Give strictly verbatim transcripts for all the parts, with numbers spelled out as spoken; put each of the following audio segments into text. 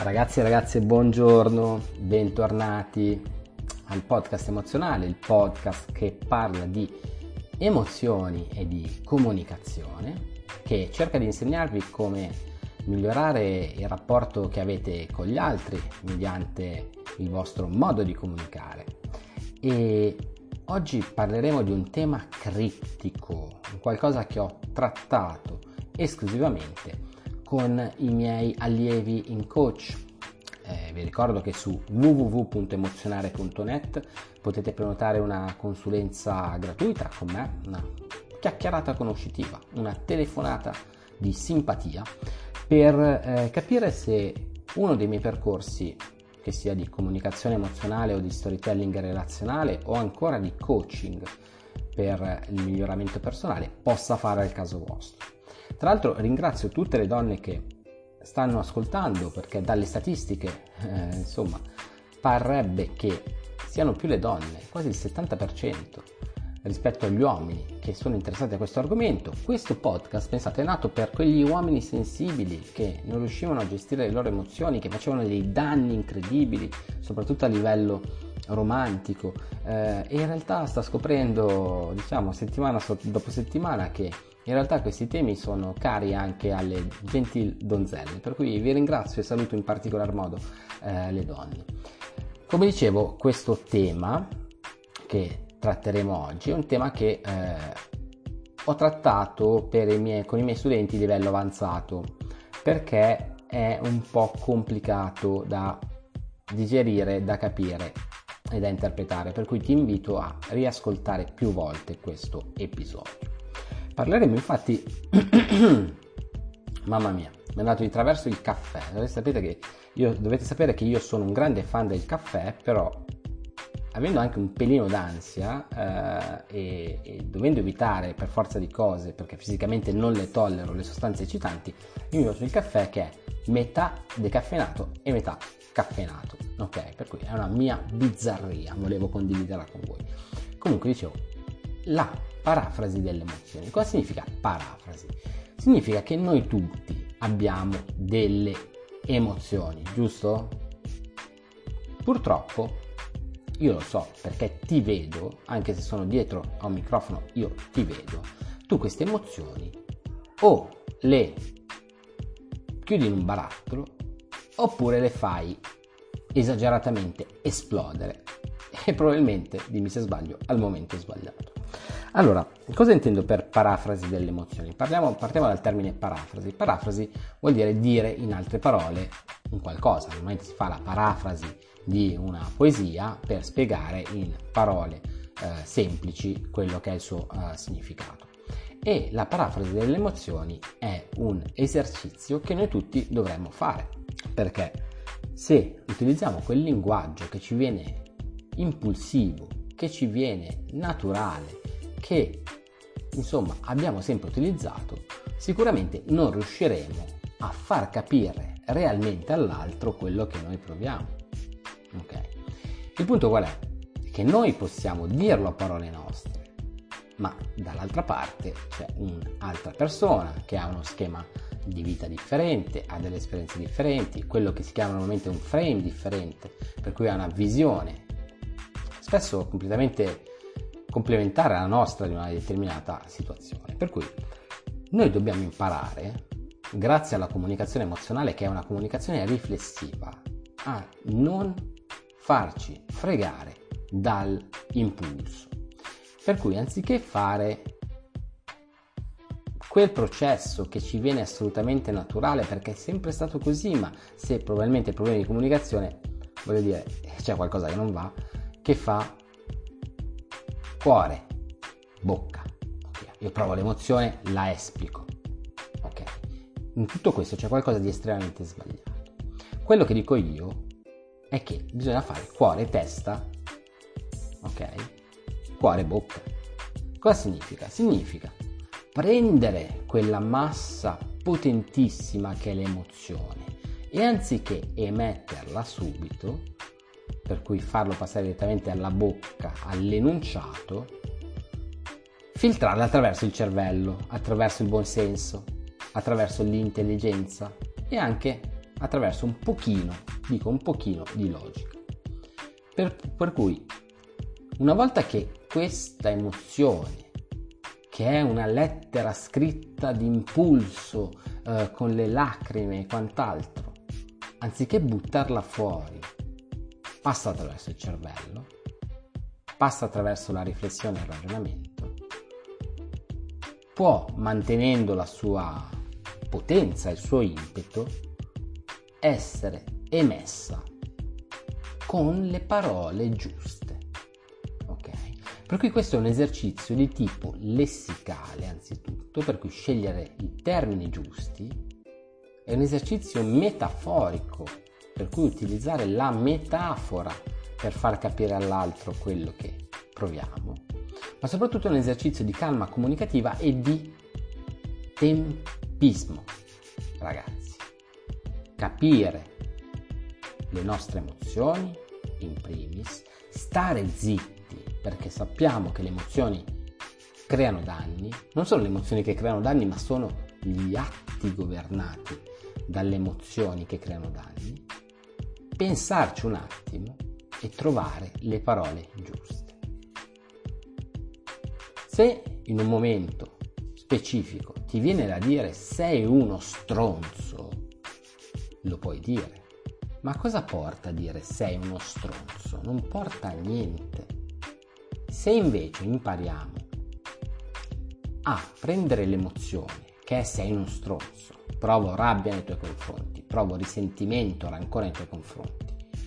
Ragazzi e ragazze, buongiorno, bentornati al podcast emozionale, il podcast che parla di emozioni e di comunicazione, che cerca di insegnarvi come migliorare il rapporto che avete con gli altri mediante il vostro modo di comunicare. E oggi parleremo di un tema criptico, qualcosa che ho trattato esclusivamente con i miei allievi in coach. Eh, vi ricordo che su w w w punto emozionare punto net potete prenotare una consulenza gratuita con me, una chiacchierata conoscitiva, una telefonata di simpatia per eh, capire se uno dei miei percorsi, che sia di comunicazione emozionale o di storytelling relazionale o ancora di coaching per il miglioramento personale, possa fare al caso vostro. Tra l'altro ringrazio tutte le donne che stanno ascoltando, perché dalle statistiche eh, insomma parrebbe che siano più le donne, quasi il settanta per cento rispetto agli uomini che sono interessati a questo argomento. Questo podcast, pensate, è nato per quegli uomini sensibili che non riuscivano a gestire le loro emozioni, che facevano dei danni incredibili, soprattutto a livello romantico, eh, e in realtà sta scoprendo, diciamo, settimana dopo settimana che in realtà questi temi sono cari anche alle gentil donzelle, per cui vi ringrazio e saluto in particolar modo eh, le donne. Come dicevo, questo tema che tratteremo oggi è un tema che eh, ho trattato per i miei, con i miei studenti di livello avanzato, perché è un po' complicato da digerire, da capire e da interpretare, per cui ti invito a riascoltare più volte questo episodio. Parleremo infatti, mamma mia, mi è andato di traverso il caffè. Dovete sapere che io, dovete sapere che io sono un grande fan del caffè, però avendo anche un pelino d'ansia eh, e, e dovendo evitare per forza di cose, perché fisicamente non le tollero le sostanze eccitanti, io mi faccio il caffè che è metà decaffeinato e metà caffeinato, ok? Per cui è una mia bizzarria, volevo condividerla con voi. Comunque dicevo, la parafrasi delle emozioni. Cosa significa parafrasi? Significa che noi tutti abbiamo delle emozioni, giusto? Purtroppo io lo so, perché ti vedo, anche se sono dietro a un microfono, io ti vedo. Tu queste emozioni o le chiudi in un barattolo oppure le fai esageratamente esplodere e probabilmente, dimmi se sbaglio, al momento sbagliato. Allora, cosa intendo per parafrasi delle emozioni? Parliamo, partiamo dal termine parafrasi. Parafrasi vuol dire dire in altre parole un qualcosa. Normalmente si fa la parafrasi di una poesia per spiegare in parole eh, semplici quello che è il suo eh, significato. E la parafrasi delle emozioni è un esercizio che noi tutti dovremmo fare, perché se utilizziamo quel linguaggio che ci viene impulsivo, che ci viene naturale, che insomma abbiamo sempre utilizzato, sicuramente non riusciremo a far capire realmente all'altro quello che noi proviamo. Ok? Il punto qual è? Che noi possiamo dirlo a parole nostre, ma dall'altra parte c'è un'altra persona che ha uno schema di vita differente, ha delle esperienze differenti, quello che si chiama normalmente un frame differente, per cui ha una visione spesso completamente complementare alla nostra di una determinata situazione. Per cui noi dobbiamo imparare, grazie alla comunicazione emozionale, che è una comunicazione riflessiva, a non farci fregare dall'impulso. Per cui anziché fare quel processo che ci viene assolutamente naturale, perché è sempre stato così, ma se probabilmente problemi di comunicazione, voglio dire, c'è qualcosa che non va, che fa cuore, bocca. Okay. Io provo l'emozione, la esplico. Ok. In tutto questo c'è qualcosa di estremamente sbagliato. Quello che dico io è che bisogna fare cuore, testa, ok? Cuore, bocca. Cosa significa? Significa prendere quella massa potentissima che è l'emozione e anziché emetterla subito, per cui farlo passare direttamente alla bocca, all'enunciato, filtrarla attraverso il cervello, attraverso il buonsenso, attraverso l'intelligenza e anche attraverso un pochino, dico un pochino di logica. Per, per cui, una volta che questa emozione, che è una lettera scritta d'impulso, eh, con le lacrime e quant'altro, anziché buttarla fuori, passa attraverso il cervello, passa attraverso la riflessione e il ragionamento, può, mantenendo la sua potenza, il suo impeto, essere emessa con le parole giuste. Ok? Per cui questo è un esercizio di tipo lessicale, anzitutto, per cui scegliere i termini giusti, è un esercizio metaforico, per cui utilizzare la metafora per far capire all'altro quello che proviamo, ma soprattutto è un esercizio di calma comunicativa e di tempismo. Ragazzi, capire le nostre emozioni in primis, stare zitti perché sappiamo che le emozioni creano danni, non sono le emozioni che creano danni, ma sono gli atti governati dalle emozioni che creano danni, pensarci un attimo e trovare le parole giuste. Se in un momento specifico ti viene da dire sei uno stronzo, lo puoi dire. Ma cosa porta a dire sei uno stronzo? Non porta a niente. Se invece impariamo a prendere l'emozione che è sei uno stronzo, provo rabbia nei tuoi confronti, provo risentimento, rancore nei tuoi confronti,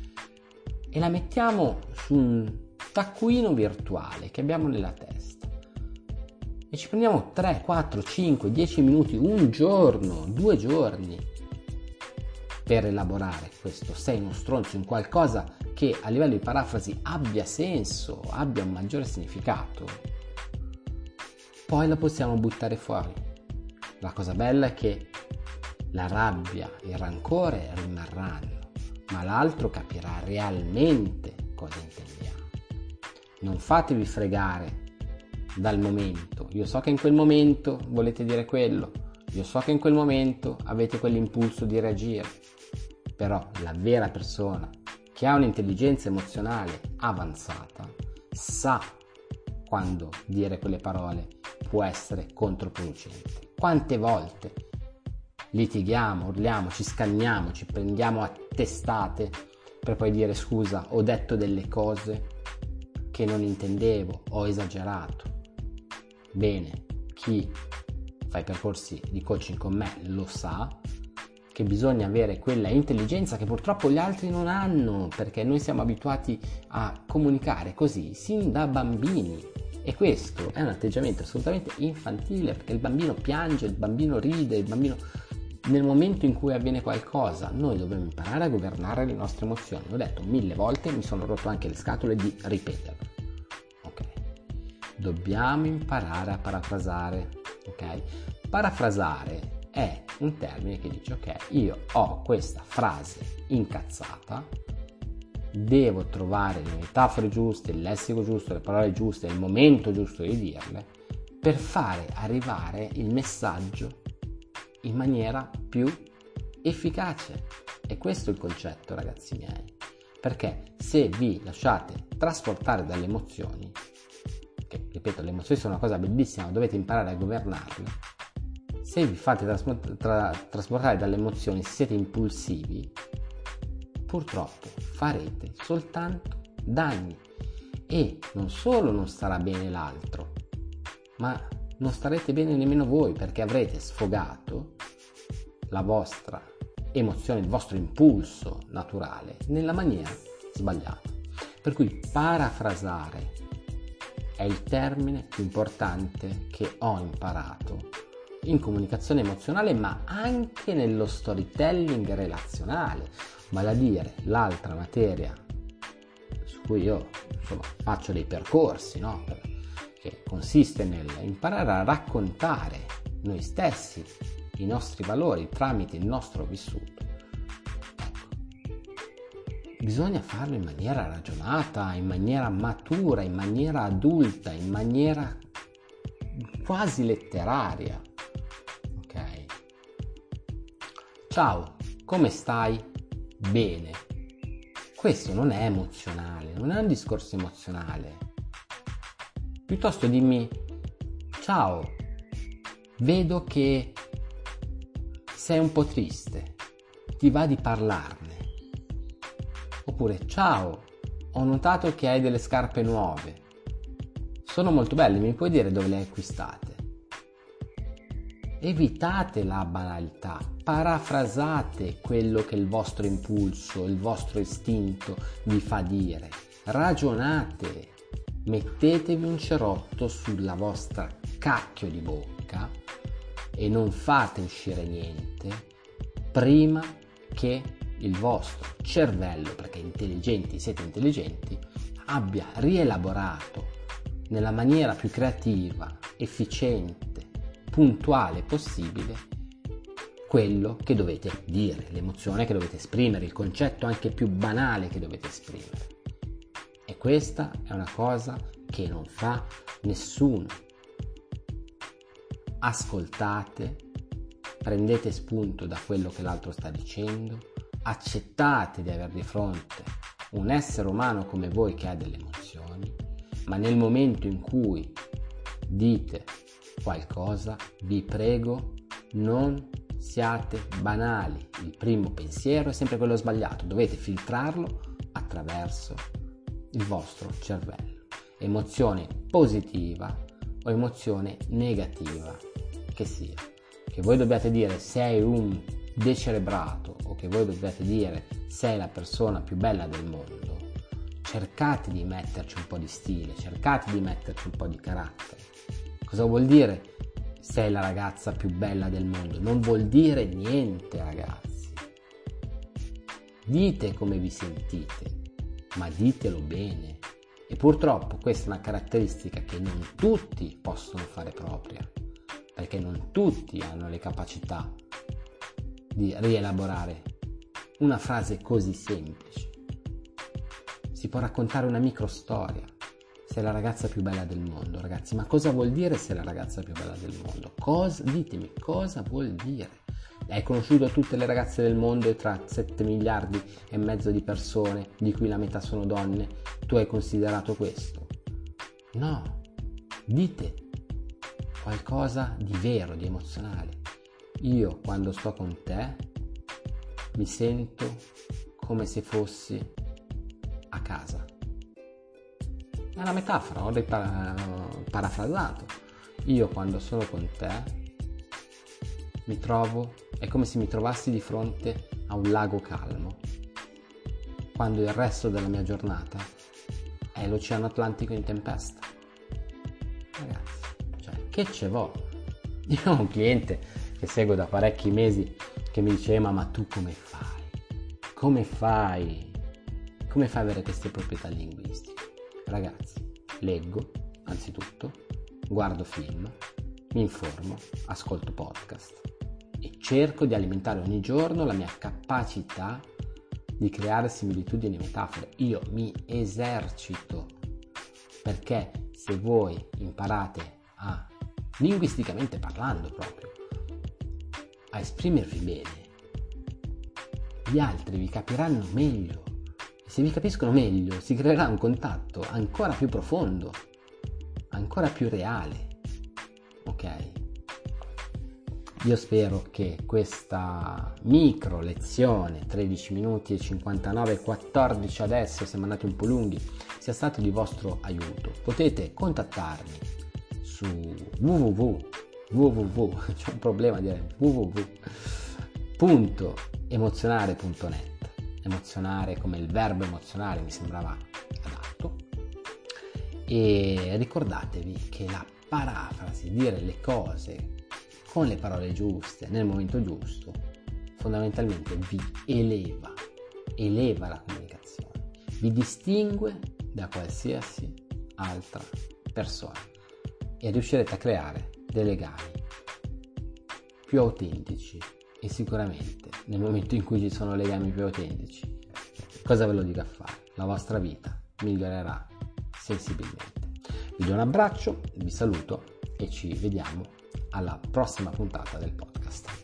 e la mettiamo su un taccuino virtuale che abbiamo nella testa e ci prendiamo tre, quattro, cinque, dieci minuti, un giorno, due giorni per elaborare questo sei uno stronzo in qualcosa che a livello di parafrasi abbia senso, abbia un maggiore significato, poi lo possiamo buttare fuori. La cosa bella è che la rabbia e il rancore rimarranno, ma l'altro capirà realmente cosa intendiamo. Non fatevi fregare dal momento. Io so che in quel momento volete dire quello, io so che in quel momento avete quell'impulso di reagire, però la vera persona che ha un'intelligenza emozionale avanzata sa quando dire quelle parole può essere controproducente. Quante volte litighiamo, urliamo, ci scanniamo, ci prendiamo a testate per poi dire scusa, ho detto delle cose che non intendevo, ho esagerato. Bene, chi fa i percorsi di coaching con me lo sa che bisogna avere quella intelligenza che purtroppo gli altri non hanno, perché noi siamo abituati a comunicare così sin da bambini. E questo è un atteggiamento assolutamente infantile, perché il bambino piange, il bambino ride, il bambino nel momento in cui avviene qualcosa, noi dobbiamo imparare a governare le nostre emozioni. L'ho detto mille volte, mi sono rotto anche le scatole di ripeterlo. Ok? Dobbiamo imparare a parafrasare. Ok? Parafrasare è un termine che dice ok, io ho questa frase incazzata, devo trovare le metafore giuste, il lessico giusto, le parole giuste, il momento giusto di dirle per fare arrivare il messaggio in maniera più efficace. E questo è il concetto, ragazzi miei, perché se vi lasciate trasportare dalle emozioni, che ripeto, le emozioni sono una cosa bellissima, dovete imparare a governarle, se vi fate tras- tra- trasportare dalle emozioni, se siete impulsivi, purtroppo farete soltanto danni e non solo non starà bene l'altro, ma non starete bene nemmeno voi, perché avrete sfogato la vostra emozione, il vostro impulso naturale nella maniera sbagliata. Per cui parafrasare è il termine più importante che ho imparato in comunicazione emozionale, ma anche nello storytelling relazionale, vale a dire l'altra materia su cui io insomma faccio dei percorsi, no? Che consiste nell'imparare a raccontare noi stessi i nostri valori tramite il nostro vissuto. Ecco, bisogna farlo in maniera ragionata, in maniera matura, in maniera adulta, in maniera quasi letteraria. Ok? Ciao! come stai? Bene. Questo non è emozionale, non è un discorso emozionale. Piuttosto dimmi: ciao, vedo che sei un po' triste, ti va di parlarne? Oppure: ciao, ho notato che hai delle scarpe nuove, sono molto belle, mi puoi dire dove le hai acquistate? Evitate la banalità, parafrasate quello che il vostro impulso, il vostro istinto vi fa dire, ragionate, mettetevi un cerotto sulla vostra cacchio di bocca e non fate uscire niente prima che il vostro cervello, perché intelligenti siete intelligenti, abbia rielaborato nella maniera più creativa, efficiente, puntuale possibile quello che dovete dire, l'emozione che dovete esprimere, il concetto anche più banale che dovete esprimere. E questa è una cosa che non fa nessuno. Ascoltate, prendete spunto da quello che l'altro sta dicendo, accettate di avere di fronte un essere umano come voi che ha delle emozioni, ma nel momento in cui dite qualcosa, vi prego, non siate banali. Il primo pensiero è sempre quello sbagliato, dovete filtrarlo attraverso il vostro cervello. Emozione positiva o emozione negativa che sia. Che voi dobbiate dire sei un decerebrato o che voi dobbiate dire sei la persona più bella del mondo, cercate di metterci un po' di stile, cercate di metterci un po' di carattere. Cosa vuol dire sei la ragazza più bella del mondo? Non vuol dire niente, ragazzi. Dite come vi sentite, ma ditelo bene. E purtroppo questa è una caratteristica che non tutti possono fare propria, perché non tutti hanno le capacità di rielaborare una frase così semplice. Si può raccontare una microstoria. Sei la ragazza più bella del mondo, ragazzi, ma cosa vuol dire sei la ragazza più bella del mondo? Cosa, ditemi, cosa vuol dire? Hai conosciuto tutte le ragazze del mondo e tra sette miliardi e mezzo di persone, di cui la metà sono donne, tu hai considerato questo? No, dite qualcosa di vero, di emozionale. Io quando sto con te mi sento come se fossi a casa. È una metafora, ho ripara- parafrasato. Io quando sono con te mi trovo, è come se mi trovassi di fronte a un lago calmo, quando il resto della mia giornata è l'Oceano Atlantico in tempesta. Ragazzi, cioè, che ce vo'? Io ho un cliente che seguo da parecchi mesi che mi diceva: ma tu come fai? Come fai? Come fai ad avere queste proprietà linguistiche? Ragazzi, leggo, anzitutto, guardo film, mi informo, ascolto podcast e cerco di alimentare ogni giorno la mia capacità di creare similitudini e metafore. Io mi esercito, perché se voi imparate a, linguisticamente parlando proprio, a esprimervi bene, gli altri vi capiranno meglio. Se vi capiscono meglio, si creerà un contatto ancora più profondo, ancora più reale, ok? Io spero che questa micro lezione, tredici minuti e cinquantanove, quattordici adesso, siamo andati un po' lunghi, sia stato di vostro aiuto. Potete contattarmi su www, www, c'è un problema a dire www punto emozionare punto net. Emozionare come il verbo emozionare mi sembrava adatto. E ricordatevi che la parafrasi, dire le cose con le parole giuste nel momento giusto, fondamentalmente vi eleva, eleva la comunicazione, vi distingue da qualsiasi altra persona e riuscirete a creare dei legami più autentici. E sicuramente nel momento in cui ci sono legami più autentici, cosa ve lo dico a fare? La vostra vita migliorerà sensibilmente. Vi do un abbraccio, vi saluto e ci vediamo alla prossima puntata del podcast.